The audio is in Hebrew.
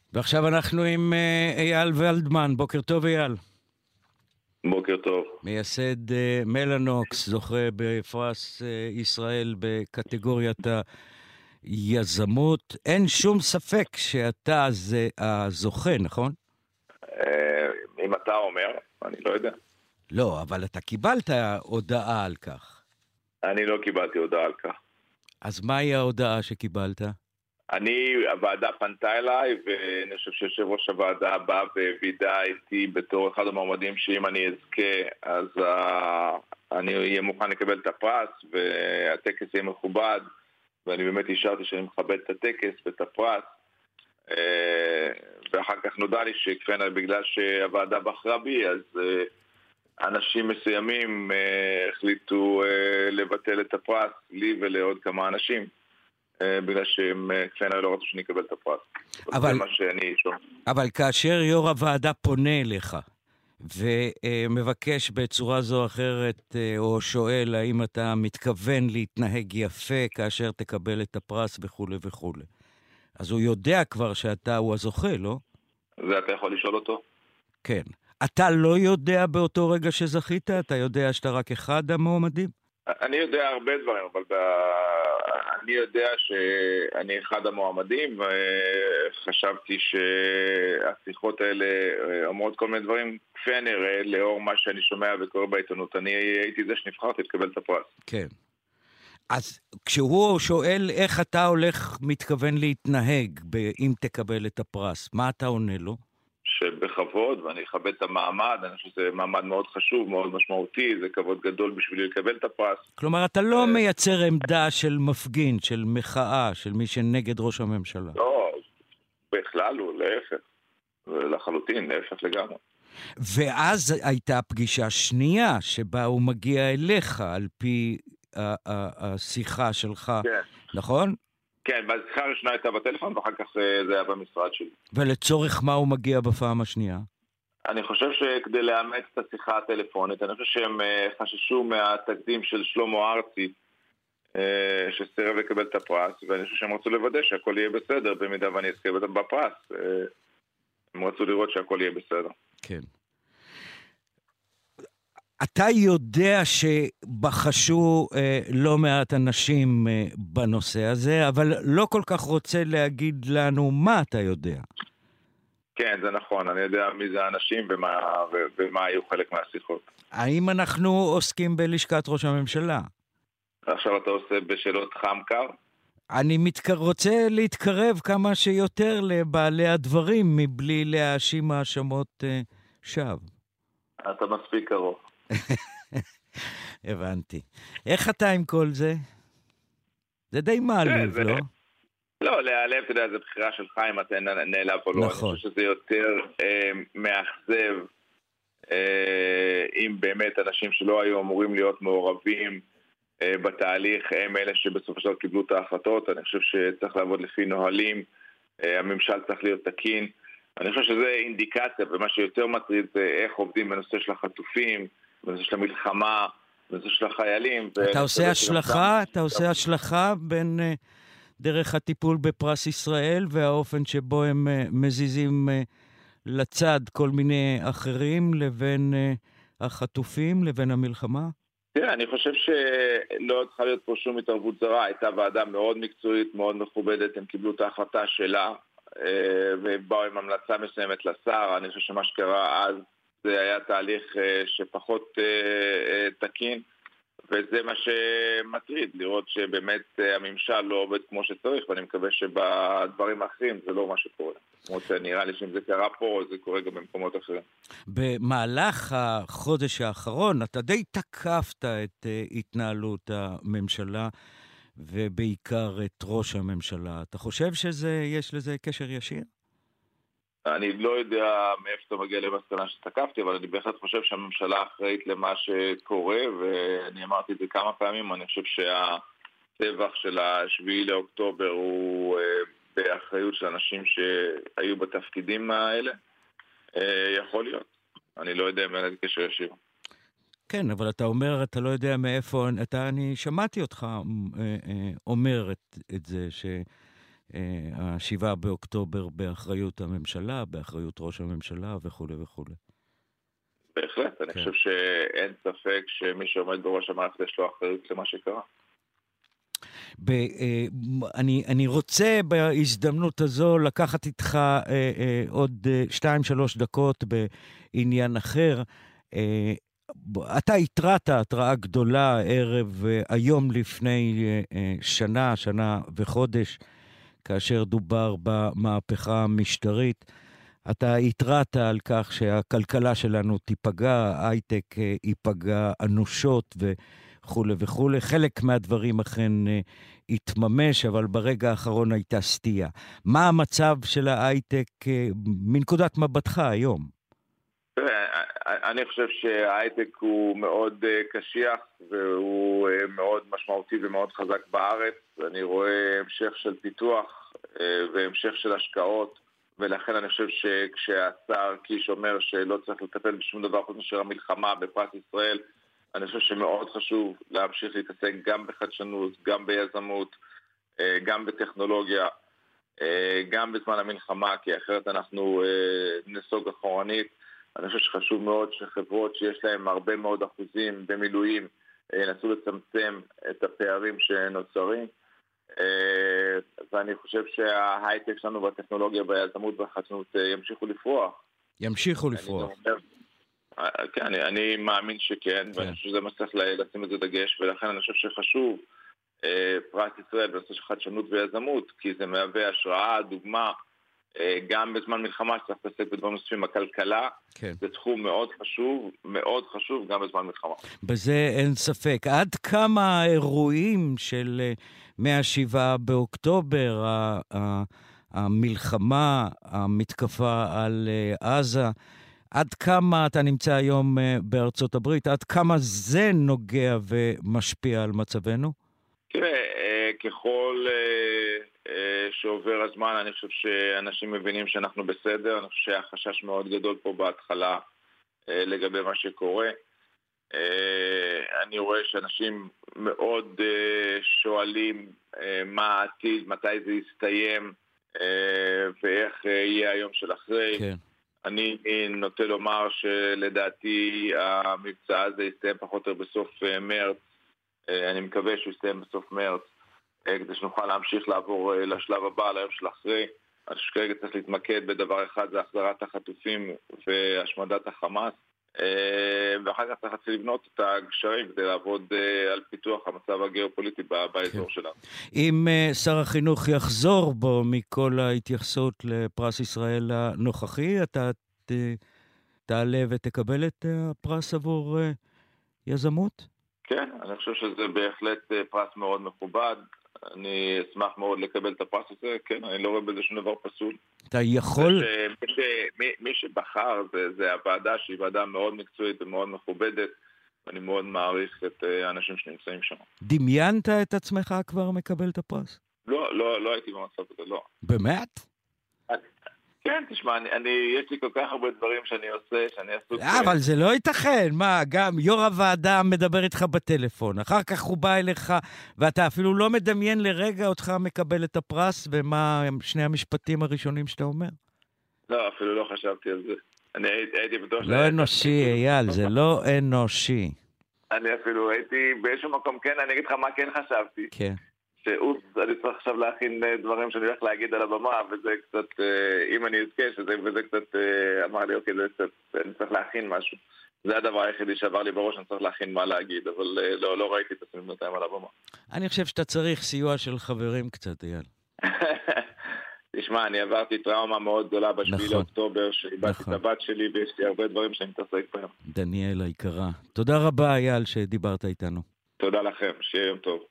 ועכשיו אנחנו עם אייל ולדמן. בוקר טוב אייל. בוקר טוב. מייסד מלאנוקס, זוכה בפרס ישראל בקטגוריית היזמות. אין שום ספק שאתה זה הזוכה, נכון? אם אתה אומר, אני לא יודע. לא, אבל אתה קיבלת הודעה על כך. אני לא קיבלתי הודעה על כך. אז מהי ההודעה שקיבלת? הוועדה פנתה אליי, ואני חושב שיושב ראש הוועדה בא ווידא איתי בתור אחד המועמדים שאם אני אזכה, אז אני אהיה מוכן לקבל את הפרס, והטקס יהיה מכובד, ואני באמת אישרתי שאני מכבד את הטקס ואת הפרס, ואחר כך נודע לי בגלל שהוועדה בחרה בי, אז אנשים מסוימים החליטו לבטל את הפרס, לי ולעוד כמה אנשים. בגלל שהם כפי לא רצו שאני אקבל את הפרס. זה מה שאני שומע. אבל כאשר יו"ר הוועדה פונה אליך ומבקש בצורה זו או אחרת, או שואל האם אתה מתכוון להתנהג יפה כאשר תקבל את הפרס וכו' וכו', אז הוא יודע כבר שאתה הוא הזוכה, לא? זה אתה יכול לשאול אותו? כן. אתה לא יודע באותו רגע שזכית? אתה יודע שאתה רק אחד המועמדים? אני יודע הרבה דברים, אבל אני יודע שאני אחד המועמדים, וחשבתי שהשיחות האלה אומרות כל מיני דברים, כפי הנראה, לאור מה שאני שומע וקורא בעיתונות, אני הייתי זה שנבחרתי לקבל את הפרס. כן. אז כשהוא שואל איך אתה מתכוון להתנהג אם תקבל את הפרס, מה אתה עונה לו? שבכבוד, ואני אכבד את המעמד, אני חושב שזה מעמד מאוד חשוב, מאוד משמעותי, זה כבוד גדול בשבילי לקבל את הפרס. כלומר, אתה לא מייצר עמדה של מפגין, של מחאה, של מי שנגד ראש הממשלה. לא, בכלל הוא, להפך. לחלוטין, להפך לגמרי. ואז הייתה פגישה שנייה, שבה הוא מגיע אליך, על פי השיחה שלך, כן. נכון? כן, והשיחה הראשונה הייתה בטלפון, ואחר כך זה היה במשרד שלי. ולצורך מה הוא מגיע בפעם השנייה? אני חושב שכדי לאמץ את השיחה הטלפונית, אני חושב שהם חששו מהתקדים של שלמה ארצי, שסירב לקבל את הפרס, ואני חושב שהם רצו לוודא שהכל יהיה בסדר, במידה ואני אזכה בפרס. הם רצו לראות שהכל יהיה בסדר. כן. אתה יודע שבחשו לא מעט אנשים בנושא הזה, אבל לא כל כך רוצה להגיד לנו מה אתה יודע. כן, זה נכון. אני יודע מי זה האנשים ומה היו חלק מהשיחות. האם אנחנו עוסקים בלשכת ראש הממשלה? עכשיו אתה עושה בשאלות חם קר? אני רוצה להתקרב כמה שיותר לבעלי הדברים, מבלי להאשים האשמות שווא. אתה מספיק קרוב. הבנתי. איך אתה עם כל זה? זה די מעלוב, לא? לא, להיעלב, אתה יודע, זה בחירה שלך אם אתה נעלב או לא. נכון. אני חושב שזה יותר מאכזב אם באמת אנשים שלא היו אמורים להיות מעורבים בתהליך, הם אלה שבסופו של דבר קיבלו את ההחלטות. אני חושב שצריך לעבוד לפי נהלים, הממשל צריך להיות תקין. אני חושב שזה אינדיקציה, ומה שיותר מטריד זה איך עובדים בנושא של החטופים, בנושא של המלחמה, בנושא של החיילים. אתה עושה השלכה בין דרך הטיפול בפרס ישראל והאופן שבו הם מזיזים לצד כל מיני אחרים לבין החטופים, לבין המלחמה? תראה, אני חושב שלא צריכה להיות פה שום התערבות זרה. הייתה ועדה מאוד מקצועית, מאוד מכובדת, הם קיבלו את ההחלטה שלה, ובאו עם המלצה מסוימת לשר. אני חושב שמה שקרה אז זה היה תהליך שפחות תקין, וזה מה שמטריד, לראות שבאמת הממשל לא עובד כמו שצריך, ואני מקווה שבדברים האחרים זה לא מה שקורה. כמו שנראה לי שאם זה קרה פה, זה קורה גם במקומות אחרים. במהלך החודש האחרון אתה די תקפת את התנהלות הממשלה, ובעיקר את ראש הממשלה. אתה חושב שיש לזה קשר ישיר? אני לא יודע מאיפה אתה מגיע למסקנה שתקפתי, אבל אני בהחלט חושב שהממשלה אחראית למה שקורה, ואני אמרתי את זה כמה פעמים. אני חושב שהטבח של השביעי לאוקטובר הוא באחריות של אנשים שהיו בתפקידים האלה. יכול להיות. אני לא יודע מאיזה קשר ישיר. כן, אבל אתה אומר, אתה לא יודע מאיפה, אני שמעתי אותך אומר את זה, ה-7 באוקטובר באחריות הממשלה, באחריות ראש הממשלה וכו' וכו'. בהחלט, אני חושב שאין ספק שמי שעומד בראש המערכת יש לו אחריות למה שקרה. אני רוצה בהזדמנות הזו לקחת איתך עוד 2-3 דקות בעניין אחר. אתה התראה גדולה ערב היום לפני שנה וחודש, כאשר דובר במהפכה המשטרית. אתה התראת על כך שהכלכלה שלנו תיפגע, ההייטק ייפגע אנושות וכו' וכו'. חלק מהדברים אכן התממש, אבל ברגע האחרון הייתה סטייה. מה המצב של ההייטק מנקודת מבטך היום? אני חושב שההייטק הוא מאוד קשיח והוא מאוד משמעותי ומאוד חזק בארץ. אני רואה המשך של פיתוח והמשך של השקעות, ולכן אני חושב שכשהשר קיש אומר שלא צריך לטפל בשום דבר חוץ מאשר המלחמה בפרס ישראל, אני חושב שמאוד חשוב להמשיך להתעסק גם בחדשנות, גם ביזמות, גם בטכנולוגיה, גם בזמן המלחמה, כי אחרת אנחנו נסוג אחורנית. אני חושב שחשוב מאוד שחברות שיש להן הרבה מאוד אחוזים במילואים ינסו לצמצם את הפערים שנוצרים, ואני חושב שההייטק שלנו בטכנולוגיה, ביזמות והחדשנות ימשיכו לפרוח. ימשיכו לפרוח. כן, אני מאמין שכן, ואני חושב שזה מצליח לשים את זה דגש, ולכן אני חושב שחשוב פרס ישראל בנושא של חדשנות ויזמות, כי זה מהווה השראה, דוגמה, גם בזמן מלחמה שצריך להתעסק בדברים נוספים, הכלכלה, כן. זה תחום מאוד חשוב גם בזמן מלחמה. בזה אין ספק. עד כמה האירועים של 7 באוקטובר, המלחמה, המתקפה על עזה, עד כמה אתה נמצא היום בארצות הברית, עד כמה זה נוגע ומשפיע על מצבנו? תראה, ככל שעובר הזמן, אני חושב שאנשים מבינים שאנחנו בסדר. אני חושב שהחשש מאוד גדול פה בהתחלה לגבי מה שקורה. אני רואה שאנשים מאוד שואלים מה העתיד, מתי זה יסתיים ואיך יהיה היום של אחרי. כן. אני נוטה לומר שלדעתי המבצע הזה יסתיים פחות או בסוף מרץ. אני מקווה שהוא יסתיים בסוף מרץ, כדי שנוכל להמשיך לעבור לשלב הבא, ליום של אחרי. אני חושב שכרגע צריך להתמקד בדבר אחד, זה החזרת החטופים והשמדת החמאס, ואחר כך צריך לבנות את הגשרים כדי לעבוד על פיתוח המצב הגיאופוליטי באזור שלנו. אם שר החינוך יחזור בו מכל ההתייחסות לפרס ישראל הנוכחי, אתה תעלה ותקבל את הפרס עבור יזמות? כן, אני חושב שזה בהחלט פרס מאוד מכובד. אני אשמח מאוד לקבל את הפרס הזה. כן, אני לא רואה בזה שום דבר פסול. אתה יכול... מי שבחר זה הוועדה שהיא ועדה מאוד מקצועית ומאוד מכובדת, ואני מאוד מעריך את האנשים שנמצאים שם. דמיינת את עצמך כבר מקבל את הפרס? לא הייתי במצב הזה, לא. באמת? כן, תשמע, יש לי כל כך הרבה דברים שאני עושה, שאני עסוק... אבל זה לא ייתכן, מה, גם יו"ר הוועדה מדבר איתך בטלפון, אחר כך הוא בא אליך, ואתה אפילו לא מדמיין לרגע אותך מקבל את הפרס, ומה שני המשפטים הראשונים שאתה אומר? לא, אפילו לא חשבתי על זה. אני הייתי בטוח... לא אנושי, אייל, זה לא אנושי. אני אפילו הייתי באיזשהו מקום, כן, אני אגיד לך מה כן חשבתי. כן. אני צריך עכשיו להכין דברים שאני הולך להגיד על הבמה, וזה קצת, אם אני אזכה, וזה קצת אמר לי, אוקיי, אני צריך להכין משהו. זה הדבר היחידי שעבר לי בראש, אני צריך להכין מה להגיד, אבל לא ראיתי את עצמי בינתיים על הבמה. אני חושב שאתה צריך סיוע של חברים קצת, אייל. תשמע, אני עברתי טראומה מאוד גדולה ב7 לאוקטובר, שאיבדתי את הבת שלי, ויש לי הרבה דברים שאני מתעסק בהם. דניאל היקרה, תודה רבה, אייל, שדיברת איתנו. תודה לכם, שיהיה יום טוב.